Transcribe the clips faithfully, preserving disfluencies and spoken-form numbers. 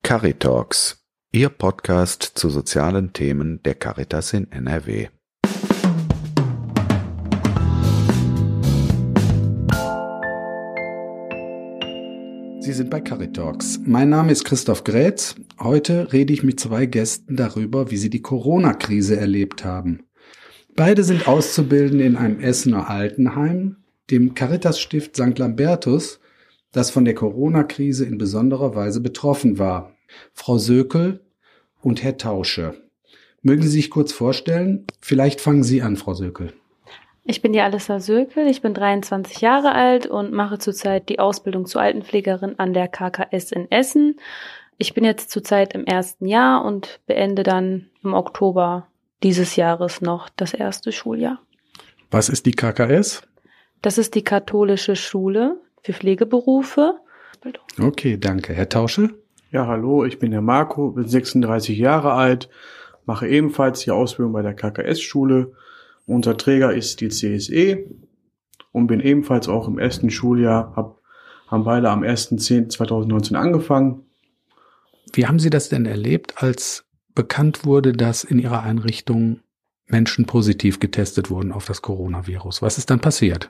Caritalks, Ihr Podcast zu sozialen Themen der Caritas in N R W. Sie sind bei Caritalks. Mein Name ist Christoph Grätz. Heute rede ich mit zwei Gästen darüber, wie sie die Corona-Krise erlebt haben. Beide sind Auszubildende in einem Essener Altenheim, dem Caritas-Stift Sankt Lambertus, das von der Corona-Krise in besonderer Weise betroffen war. Frau Sökel und Herr Tausche. Mögen Sie sich kurz vorstellen? Vielleicht fangen Sie an, Frau Sökel. Ich bin die Alissa Sökel, ich bin dreiundzwanzig Jahre alt und mache zurzeit die Ausbildung zur Altenpflegerin an der K K S in Essen. Ich bin jetzt zurzeit im ersten Jahr und beende dann im Oktober dieses Jahres noch das erste Schuljahr. Was ist die K K S? Das ist die katholische Schule für Pflegeberufe. Okay, danke. Herr Tausche? Ja, hallo, ich bin der Marco, bin sechsunddreißig Jahre alt, mache ebenfalls die Ausbildung bei der K K S-Schule. Unser Träger ist die C S E und bin ebenfalls auch im ersten Schuljahr, hab, haben beide am ersten zehnten zweitausendneunzehn angefangen. Wie haben Sie das denn erlebt, als bekannt wurde, dass in Ihrer Einrichtung Menschen positiv getestet wurden auf das Coronavirus? Was ist dann passiert?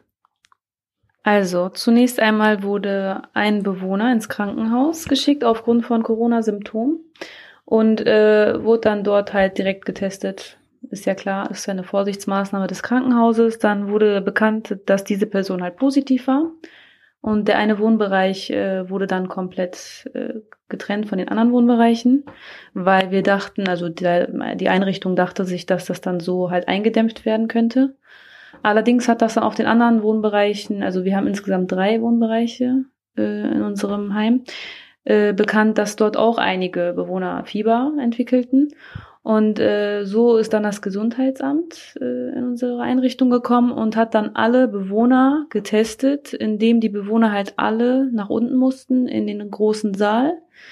Also, zunächst einmal wurde ein Bewohner ins Krankenhaus geschickt aufgrund von Corona-Symptomen und äh, wurde dann dort halt direkt getestet. Ist ja klar, ist ja eine Vorsichtsmaßnahme des Krankenhauses. Dann wurde bekannt, dass diese Person halt positiv war. Und der eine Wohnbereich äh, wurde dann komplett äh, getrennt von den anderen Wohnbereichen, weil wir dachten, also die, die Einrichtung dachte sich, dass das dann so halt eingedämmt werden könnte. Allerdings hat das dann auf den anderen Wohnbereichen, also wir haben insgesamt drei Wohnbereiche äh, in unserem Heim, äh, bekannt, dass dort auch einige Bewohner Fieber entwickelten. Und äh, so ist dann das Gesundheitsamt äh, in unsere Einrichtung gekommen und hat dann alle Bewohner getestet, indem die Bewohner halt alle nach unten mussten in den großen Saal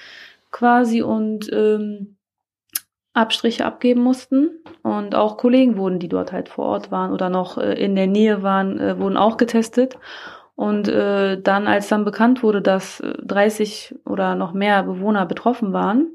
quasi und ähm, Abstriche abgeben mussten. Und auch Kollegen wurden, die dort halt vor Ort waren oder noch äh, in der Nähe waren, äh, wurden auch getestet. Und äh, dann, als dann bekannt wurde, dass dreißig oder noch mehr Bewohner betroffen waren,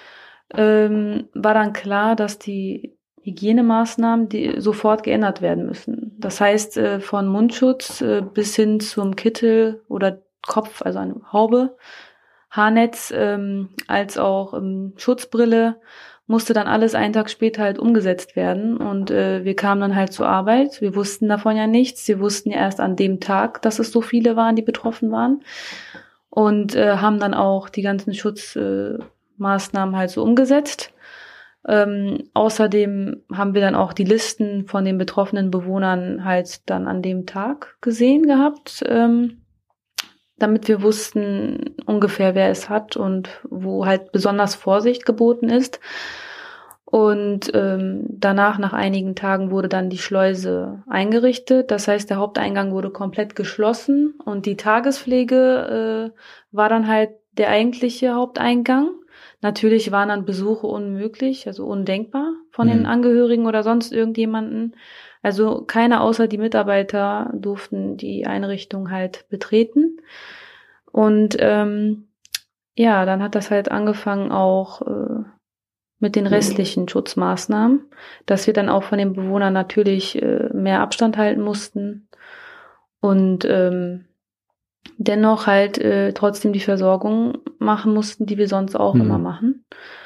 ähm, war dann klar, dass die Hygienemaßnahmen die sofort geändert werden müssen. Das heißt, äh, von Mundschutz äh, bis hin zum Kittel oder Kopf, also eine Haube, Haarnetz, ähm, als auch ähm, Schutzbrille, musste dann alles einen Tag später halt umgesetzt werden. Und äh, wir kamen dann halt zur Arbeit. Wir wussten davon ja nichts. Wir wussten ja erst an dem Tag, dass es so viele waren, die betroffen waren. Und äh, haben dann auch die ganzen Schutzmaßnahmen äh, halt so umgesetzt. Ähm, außerdem haben wir dann auch die Listen von den betroffenen Bewohnern halt dann an dem Tag gesehen gehabt, ähm, damit wir wussten ungefähr, wer es hat und wo halt besonders Vorsicht geboten ist. Und ähm, danach, nach einigen Tagen, wurde dann die Schleuse eingerichtet. Das heißt, der Haupteingang wurde komplett geschlossen und die Tagespflege äh, war dann halt der eigentliche Haupteingang. Natürlich waren dann Besuche unmöglich, also undenkbar von mhm. den Angehörigen oder sonst irgendjemanden. Also keiner außer die Mitarbeiter durften die Einrichtung halt betreten. Und ähm, ja, dann hat das halt angefangen auch äh, mit den restlichen Schutzmaßnahmen, dass wir dann auch von den Bewohnern natürlich äh, mehr Abstand halten mussten und ähm, dennoch halt äh, trotzdem die Versorgung machen mussten, die wir sonst auch mhm. immer machen.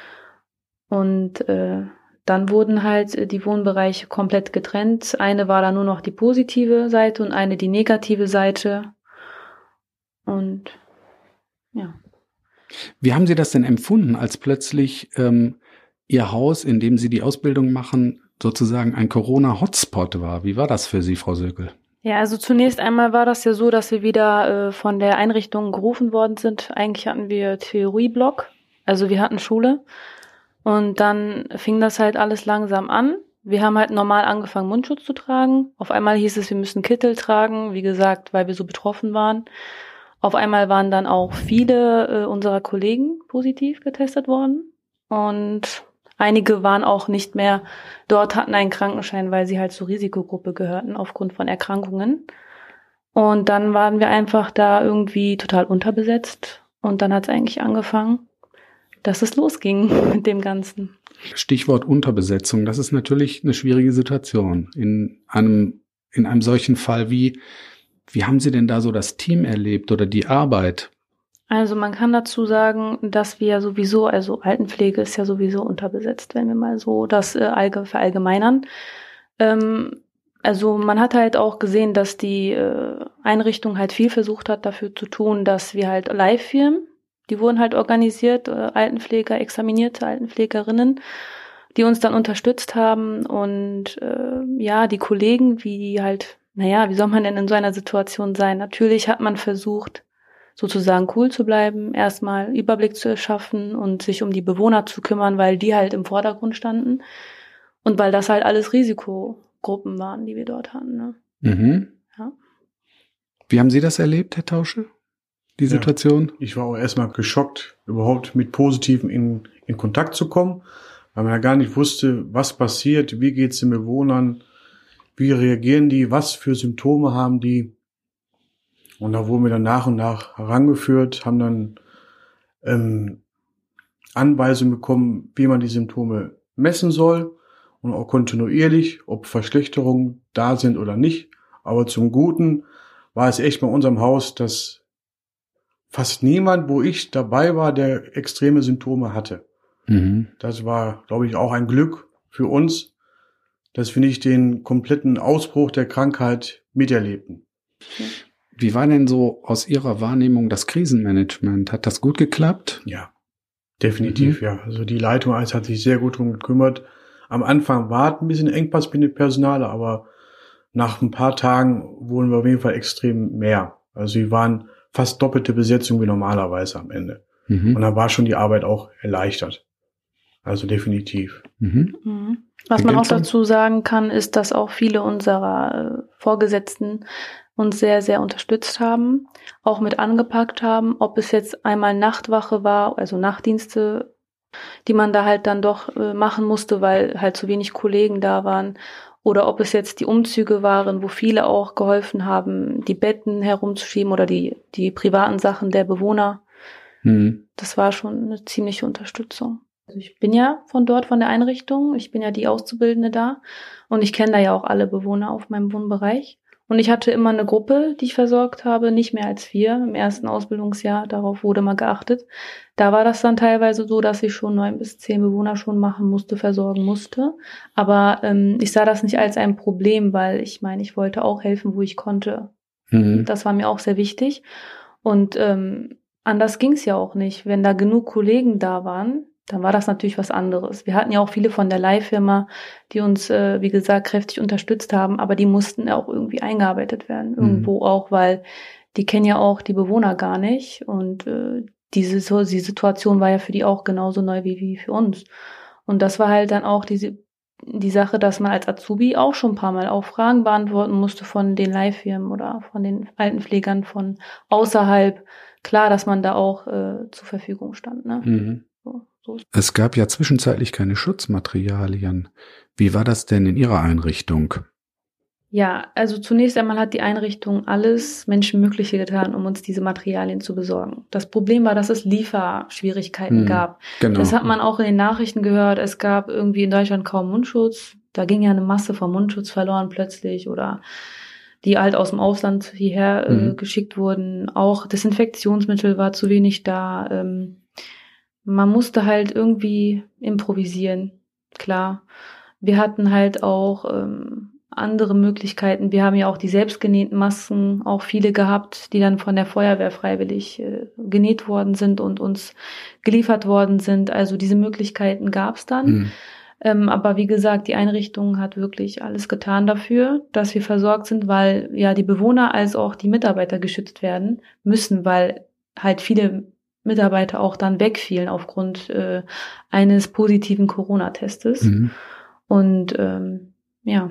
Und äh, dann wurden halt die Wohnbereiche komplett getrennt. Eine war dann nur noch die positive Seite und eine die negative Seite. Und ja. Wie haben Sie das denn empfunden, als plötzlich ähm, Ihr Haus, in dem Sie die Ausbildung machen, sozusagen ein Corona-Hotspot war? Wie war das für Sie, Frau Sökel? Ja, also zunächst einmal war das ja so, dass wir wieder äh, von der Einrichtung gerufen worden sind. Eigentlich hatten wir Theorieblock, also wir hatten Schule. Und dann fing das halt alles langsam an. Wir haben halt normal angefangen, Mundschutz zu tragen. Auf einmal hieß es, wir müssen Kittel tragen, wie gesagt, weil wir so betroffen waren. Auf einmal waren dann auch viele äh, unserer Kollegen positiv getestet worden. Und einige waren auch nicht mehr dort, hatten einen Krankenschein, weil sie halt zur Risikogruppe gehörten aufgrund von Erkrankungen. Und dann waren wir einfach da irgendwie total unterbesetzt. Und dann hat es eigentlich angefangen, dass es losging mit dem Ganzen. Stichwort Unterbesetzung, das ist natürlich eine schwierige Situation. In einem, in einem solchen Fall, wie, wie haben Sie denn da so das Team erlebt oder die Arbeit? Also man kann dazu sagen, dass wir sowieso, also Altenpflege ist ja sowieso unterbesetzt, wenn wir mal so das äh, allge- verallgemeinern. Ähm, also man hat halt auch gesehen, dass die äh, Einrichtung halt viel versucht hat, dafür zu tun, dass wir halt Leihfirmen, die wurden halt organisiert, äh, Altenpfleger, examinierte Altenpflegerinnen, die uns dann unterstützt haben und äh, ja, die Kollegen, wie halt, naja, wie soll man denn in so einer Situation sein? Natürlich hat man versucht, sozusagen cool zu bleiben, erstmal Überblick zu erschaffen und sich um die Bewohner zu kümmern, weil die halt im Vordergrund standen und weil das halt alles Risikogruppen waren, die wir dort hatten. Ne? Mhm. Ja. Wie haben Sie das erlebt, Herr Tausche, die Situation? Ja, ich war auch erstmal geschockt, überhaupt mit Positiven in, in Kontakt zu kommen, weil man ja gar nicht wusste, was passiert, wie geht's den Bewohnern, wie reagieren die, was für Symptome haben die. Und da wurden wir dann nach und nach herangeführt, haben dann ähm, Anweisungen bekommen, wie man die Symptome messen soll und auch kontinuierlich, ob Verschlechterungen da sind oder nicht. Aber zum Guten war es echt bei unserem Haus, dass fast niemand, wo ich dabei war, der extreme Symptome hatte. Mhm. Das war, glaube ich, auch ein Glück für uns, dass wir nicht den kompletten Ausbruch der Krankheit miterlebten. Wie war denn so aus Ihrer Wahrnehmung das Krisenmanagement? Hat das gut geklappt? Ja, definitiv, mhm. ja. Also die Leitung eins hat sich sehr gut drum gekümmert. Am Anfang war ein bisschen Engpass mit dem Personal, aber nach ein paar Tagen wurden wir auf jeden Fall extrem mehr. Also wir waren fast doppelte Besetzung wie normalerweise am Ende. Mhm. Und dann war schon die Arbeit auch erleichtert. Also definitiv. Mhm. Mhm. Was man auch dazu sagen kann, ist, dass auch viele unserer äh, Vorgesetzten uns sehr, sehr unterstützt haben, auch mit angepackt haben, ob es jetzt einmal Nachtwache war, also Nachtdienste, die man da halt dann doch äh, machen musste, weil halt zu wenig Kollegen da waren, oder ob es jetzt die Umzüge waren, wo viele auch geholfen haben, die Betten herumzuschieben oder die, die privaten Sachen der Bewohner. Mhm. Das war schon eine ziemliche Unterstützung. Also ich bin ja von dort, von der Einrichtung, ich bin ja die Auszubildende da und ich kenne da ja auch alle Bewohner auf meinem Wohnbereich. Und ich hatte immer eine Gruppe, die ich versorgt habe, nicht mehr als vier im ersten Ausbildungsjahr. Darauf wurde mal geachtet. Da war das dann teilweise so, dass ich schon neun bis zehn Bewohner schon machen musste, versorgen musste. Aber ähm, ich sah das nicht als ein Problem, weil ich meine, ich wollte auch helfen, wo ich konnte. Mhm. Das war mir auch sehr wichtig. Und ähm, anders ging es ja auch nicht. Wenn da genug Kollegen da waren, dann war das natürlich was anderes. Wir hatten ja auch viele von der Leihfirma, die uns, äh, wie gesagt, kräftig unterstützt haben, aber die mussten ja auch irgendwie eingearbeitet werden, mhm. irgendwo auch, weil die kennen ja auch die Bewohner gar nicht und äh, diese so, die Situation war ja für die auch genauso neu wie, wie für uns. Und das war halt dann auch diese die Sache, dass man als Azubi auch schon ein paar Mal auch Fragen beantworten musste von den Leihfirmen oder von den Altenpflegern von außerhalb. Klar, dass man da auch äh, zur Verfügung stand, ne? Mhm. Es gab ja zwischenzeitlich keine Schutzmaterialien. Wie war das denn in Ihrer Einrichtung? Ja, also zunächst einmal hat die Einrichtung alles Menschenmögliche getan, um uns diese Materialien zu besorgen. Das Problem war, dass es Lieferschwierigkeiten hm, gab. Genau. Das hat man auch in den Nachrichten gehört. Es gab irgendwie in Deutschland kaum Mundschutz. Da ging ja eine Masse von Mundschutz verloren plötzlich oder die halt aus dem Ausland hierher hm. äh, geschickt wurden. Auch Desinfektionsmittel war zu wenig da. Ähm, Man musste halt irgendwie improvisieren, klar. Wir hatten halt auch ähm, andere Möglichkeiten. Wir haben ja auch die selbstgenähten Masken, auch viele gehabt, die dann von der Feuerwehr freiwillig äh, genäht worden sind und uns geliefert worden sind. Also diese Möglichkeiten gab es dann. Mhm. Ähm, aber wie gesagt, die Einrichtung hat wirklich alles getan dafür, dass wir versorgt sind, weil ja die Bewohner als auch die Mitarbeiter geschützt werden müssen, weil halt viele Mitarbeiter auch dann wegfielen aufgrund äh, eines positiven Corona-Testes. Mhm. Und ähm, ja.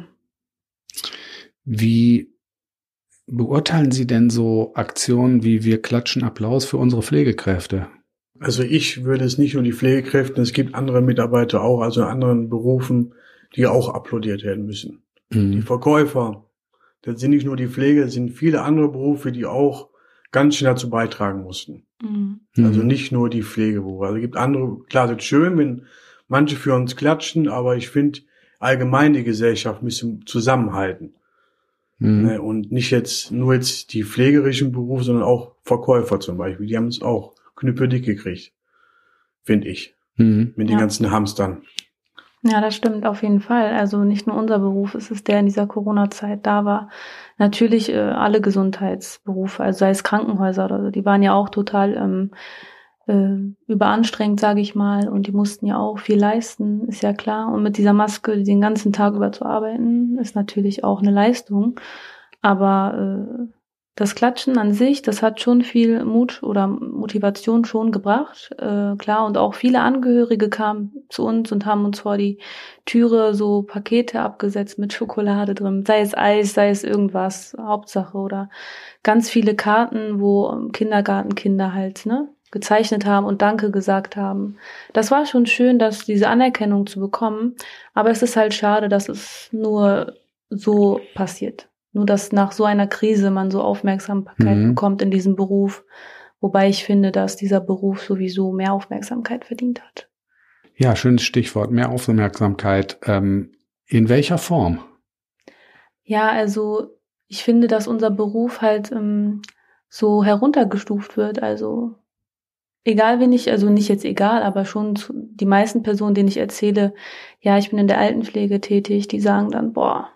Wie beurteilen Sie denn so Aktionen wie wir klatschen Applaus für unsere Pflegekräfte? Also ich würde es nicht nur die Pflegekräfte, es gibt andere Mitarbeiter auch, also in anderen Berufen, die auch applaudiert werden müssen. Mhm. Die Verkäufer, das sind nicht nur die Pflege, das sind viele andere Berufe, die auch ganz schnell dazu beitragen mussten. Mhm. Also nicht nur die Pflegeberufe. Also es gibt andere, klar, es ist schön, wenn manche für uns klatschen, aber ich finde, allgemein die Gesellschaft müssen zusammenhalten. Mhm. Ne? Und nicht jetzt nur jetzt die pflegerischen Berufe, sondern auch Verkäufer zum Beispiel. Die haben es auch knüppeldick gekriegt, finde ich, Mhm. mit Ja. den ganzen Hamstern. Ja, das stimmt auf jeden Fall. Also nicht nur unser Beruf ist es, der in dieser Corona-Zeit da war. Natürlich äh, alle Gesundheitsberufe, also sei es Krankenhäuser oder so, die waren ja auch total ähm, äh, überanstrengend, sage ich mal, und die mussten ja auch viel leisten, ist ja klar. Und mit dieser Maske den ganzen Tag über zu arbeiten, ist natürlich auch eine Leistung. Aber äh, das Klatschen an sich, das hat schon viel Mut oder Motivation schon gebracht, äh, klar. Und auch viele Angehörige kamen zu uns und haben uns vor die Türe so Pakete abgesetzt mit Schokolade drin, sei es Eis, sei es irgendwas, Hauptsache. Oder ganz viele Karten, wo Kindergartenkinder halt ne gezeichnet haben und Danke gesagt haben. Das war schon schön, dass diese Anerkennung zu bekommen. Aber es ist halt schade, dass es nur so passiert. Nur, dass nach so einer Krise man so Aufmerksamkeit Mhm. bekommt in diesem Beruf. Wobei ich finde, dass dieser Beruf sowieso mehr Aufmerksamkeit verdient hat. Ja, schönes Stichwort, mehr Aufmerksamkeit. Ähm, in welcher Form? Ja, also ich finde, dass unser Beruf halt ähm, so heruntergestuft wird. Also egal wen ich, also nicht jetzt egal, aber schon zu, die meisten Personen, denen ich erzähle, ja, ich bin in der Altenpflege tätig, die sagen dann, boah,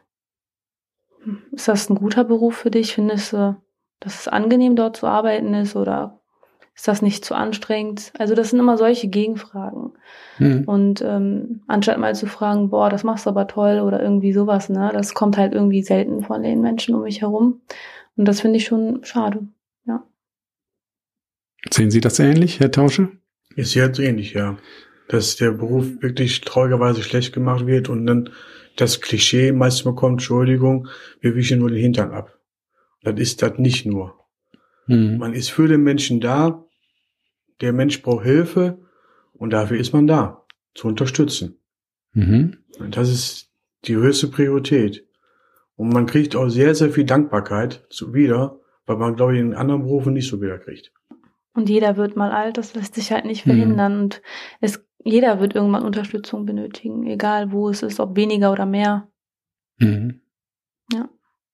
ist das ein guter Beruf für dich? Findest du, dass es angenehm dort zu arbeiten ist oder ist das nicht zu anstrengend? Also das sind immer solche Gegenfragen. Mhm. Und ähm, anstatt mal zu fragen, boah, das machst du aber toll oder irgendwie sowas, ne, das kommt halt irgendwie selten von den Menschen um mich herum. Und das finde ich schon schade, ja. Sehen Sie das ähnlich, Herr Tausche? Ist jetzt ähnlich, ja. Dass der Beruf wirklich traurigerweise schlecht gemacht wird und dann das Klischee meistens bekommt, Entschuldigung, wir wischen nur den Hintern ab. Das ist das nicht nur. Mhm. Man ist für den Menschen da, der Mensch braucht Hilfe und dafür ist man da, zu unterstützen. Mhm. Und das ist die höchste Priorität. Und man kriegt auch sehr, sehr viel Dankbarkeit zu wieder, weil man, glaube ich, in anderen Berufen nicht so wieder kriegt. Und jeder wird mal alt, das lässt sich halt nicht Mhm. verhindern. Und es, jeder wird irgendwann Unterstützung benötigen, egal wo es ist, ob weniger oder mehr. Mhm. Ja.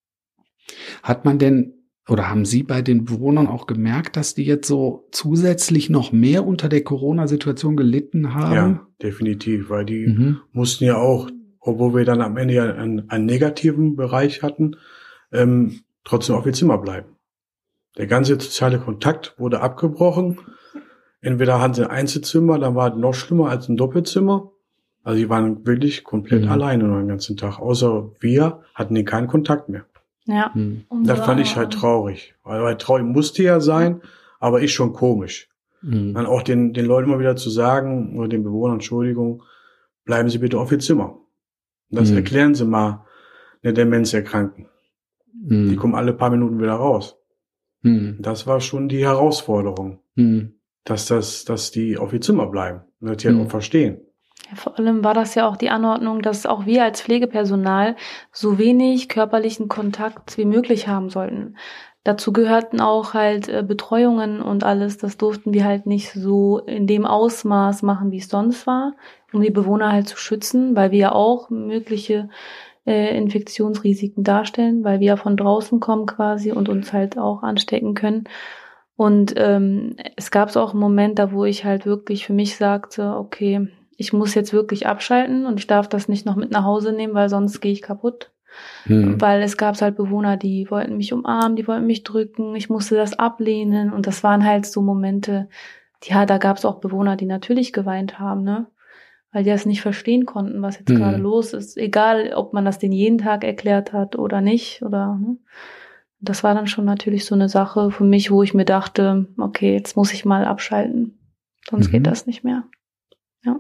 Hat man denn oder haben Sie bei den Bewohnern auch gemerkt, dass die jetzt so zusätzlich noch mehr unter der Corona-Situation gelitten haben? Ja, definitiv, weil die Mhm. mussten ja auch, obwohl wir dann am Ende ja einen, einen negativen Bereich hatten, ähm, trotzdem auf ihr Zimmer bleiben. Der ganze soziale Kontakt wurde abgebrochen. Entweder hatten sie ein Einzelzimmer, dann war es noch schlimmer als ein Doppelzimmer. Also die waren wirklich komplett Mhm. alleine nur den ganzen Tag. Außer wir hatten die keinen Kontakt mehr. Ja. Mhm. Das fand ich halt traurig. Weil, weil traurig musste ja sein, aber ist schon komisch. Mhm. Dann auch den, den Leuten immer wieder zu sagen, oder den Bewohnern, Entschuldigung, bleiben Sie bitte auf Ihr Zimmer. Das Mhm. erklären Sie mal eine Demenzerkrankten. Mhm. Die kommen alle paar Minuten wieder raus. Mhm. Das war schon die Herausforderung, Mhm. dass das, dass die auf ihr Zimmer bleiben und das die Mhm. halt auch verstehen. Ja, vor allem war das ja auch die Anordnung, dass auch wir als Pflegepersonal so wenig körperlichen Kontakt wie möglich haben sollten. Dazu gehörten auch halt äh, Betreuungen und alles. Das durften wir halt nicht so in dem Ausmaß machen, wie es sonst war, um die Bewohner halt zu schützen, weil wir ja auch mögliche äh, Infektionsrisiken darstellen, weil wir ja von draußen kommen quasi und uns halt auch anstecken können. Und ähm, es gab so auch einen Moment, da wo ich halt wirklich für mich sagte, okay, ich muss jetzt wirklich abschalten und ich darf das nicht noch mit nach Hause nehmen, weil sonst gehe ich kaputt. Mhm. Weil es gab halt Bewohner, die wollten mich umarmen, die wollten mich drücken, ich musste das ablehnen und das waren halt so Momente, ja, da gab es auch Bewohner, die natürlich geweint haben, ne? Weil die das nicht verstehen konnten, was jetzt Mhm. gerade los ist. Egal, ob man das denen jeden Tag erklärt hat oder nicht, oder, ne? Das war dann schon natürlich so eine Sache für mich, wo ich mir dachte, okay, jetzt muss ich mal abschalten, sonst Mhm. geht das nicht mehr. Ja.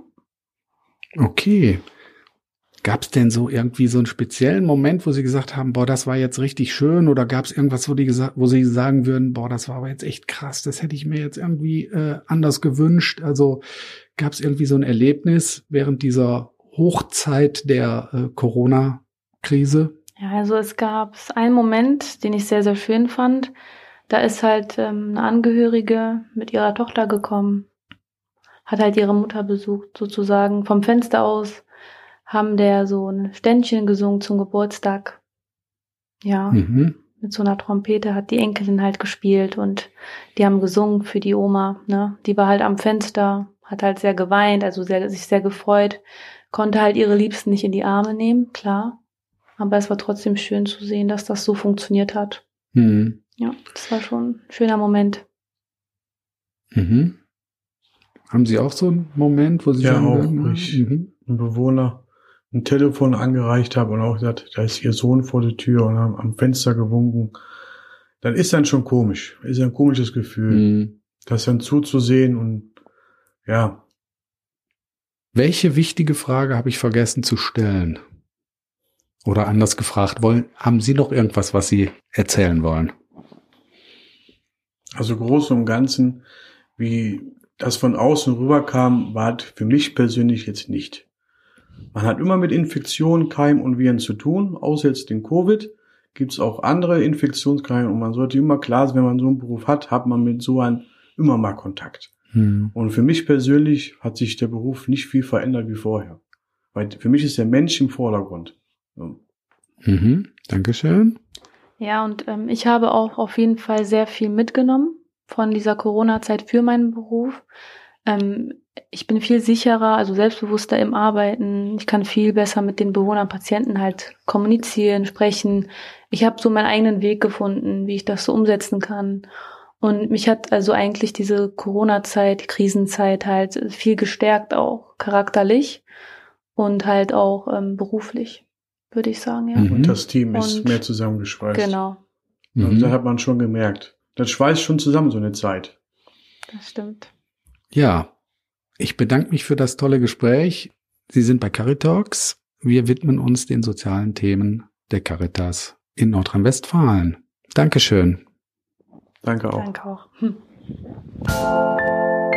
Okay. Gab es denn so irgendwie so einen speziellen Moment, wo Sie gesagt haben, boah, das war jetzt richtig schön, oder gab es irgendwas, wo die gesagt, wo Sie sagen würden, boah, das war aber jetzt echt krass, das hätte ich mir jetzt irgendwie äh, anders gewünscht? Also gab es irgendwie so ein Erlebnis während dieser Hochzeit der äh, Corona-Krise? Ja, also es gab einen Moment, den ich sehr, sehr schön fand. da ist halt ähm, eine Angehörige mit ihrer Tochter gekommen, hat halt ihre Mutter besucht, sozusagen vom Fenster aus, haben der so ein Ständchen gesungen zum Geburtstag. Ja, Mhm. mit so einer Trompete hat die Enkelin halt gespielt und die haben gesungen für die Oma, ne? Die war halt am Fenster, hat halt sehr geweint, also sehr, sich sehr gefreut, konnte halt ihre Liebsten nicht in die Arme nehmen, klar. Aber es war trotzdem schön zu sehen, dass das so funktioniert hat. Mhm. Ja, das war schon ein schöner Moment. Mhm. Haben Sie auch so einen Moment, wo Sie Ja, sagen, auch, würden, wo ich mhm. einen Bewohner ein Telefon angereicht habe und auch gesagt, da ist Ihr Sohn vor der Tür und haben am Fenster gewunken, dann ist dann schon komisch. Ist ein komisches Gefühl, Mhm. das dann zuzusehen und ja. Welche wichtige Frage habe ich vergessen zu stellen? Oder anders gefragt, wollen, haben Sie noch irgendwas, was Sie erzählen wollen? Also groß und Ganzen, wie das von außen rüberkam, war für mich persönlich jetzt nicht. Man hat immer mit Infektionen, Keimen und Viren zu tun, außer jetzt den Covid. Gibt es auch andere Infektionskeime und man sollte immer klar sein, wenn man so einen Beruf hat, hat man mit so einem immer mal Kontakt. Hm. Und für mich persönlich hat sich der Beruf nicht viel verändert wie vorher. Weil für mich ist der Mensch im Vordergrund. Ja. Mhm. Dankeschön. Ja, und ähm, ich habe auch auf jeden Fall sehr viel mitgenommen von dieser Corona-Zeit für meinen Beruf. Ähm, ich bin viel sicherer, also selbstbewusster im Arbeiten. Ich kann viel besser mit den Bewohnern, Patienten halt kommunizieren, sprechen. Ich habe so meinen eigenen Weg gefunden, wie ich das so umsetzen kann. Und mich hat also eigentlich diese Corona-Zeit, die Krisenzeit halt viel gestärkt, auch charakterlich und halt auch ähm, beruflich, würde ich sagen, ja. Mhm. Und das Team ist Und mehr zusammengeschweißt. Genau, Also Mhm. das hat man schon gemerkt. Das schweißt schon zusammen so eine Zeit. das stimmt. Ja, ich bedanke mich für das tolle Gespräch. Sie sind bei Caritalks. Wir widmen uns den sozialen Themen der Caritas in Nordrhein-Westfalen. Dankeschön. Danke auch. Danke auch. Hm.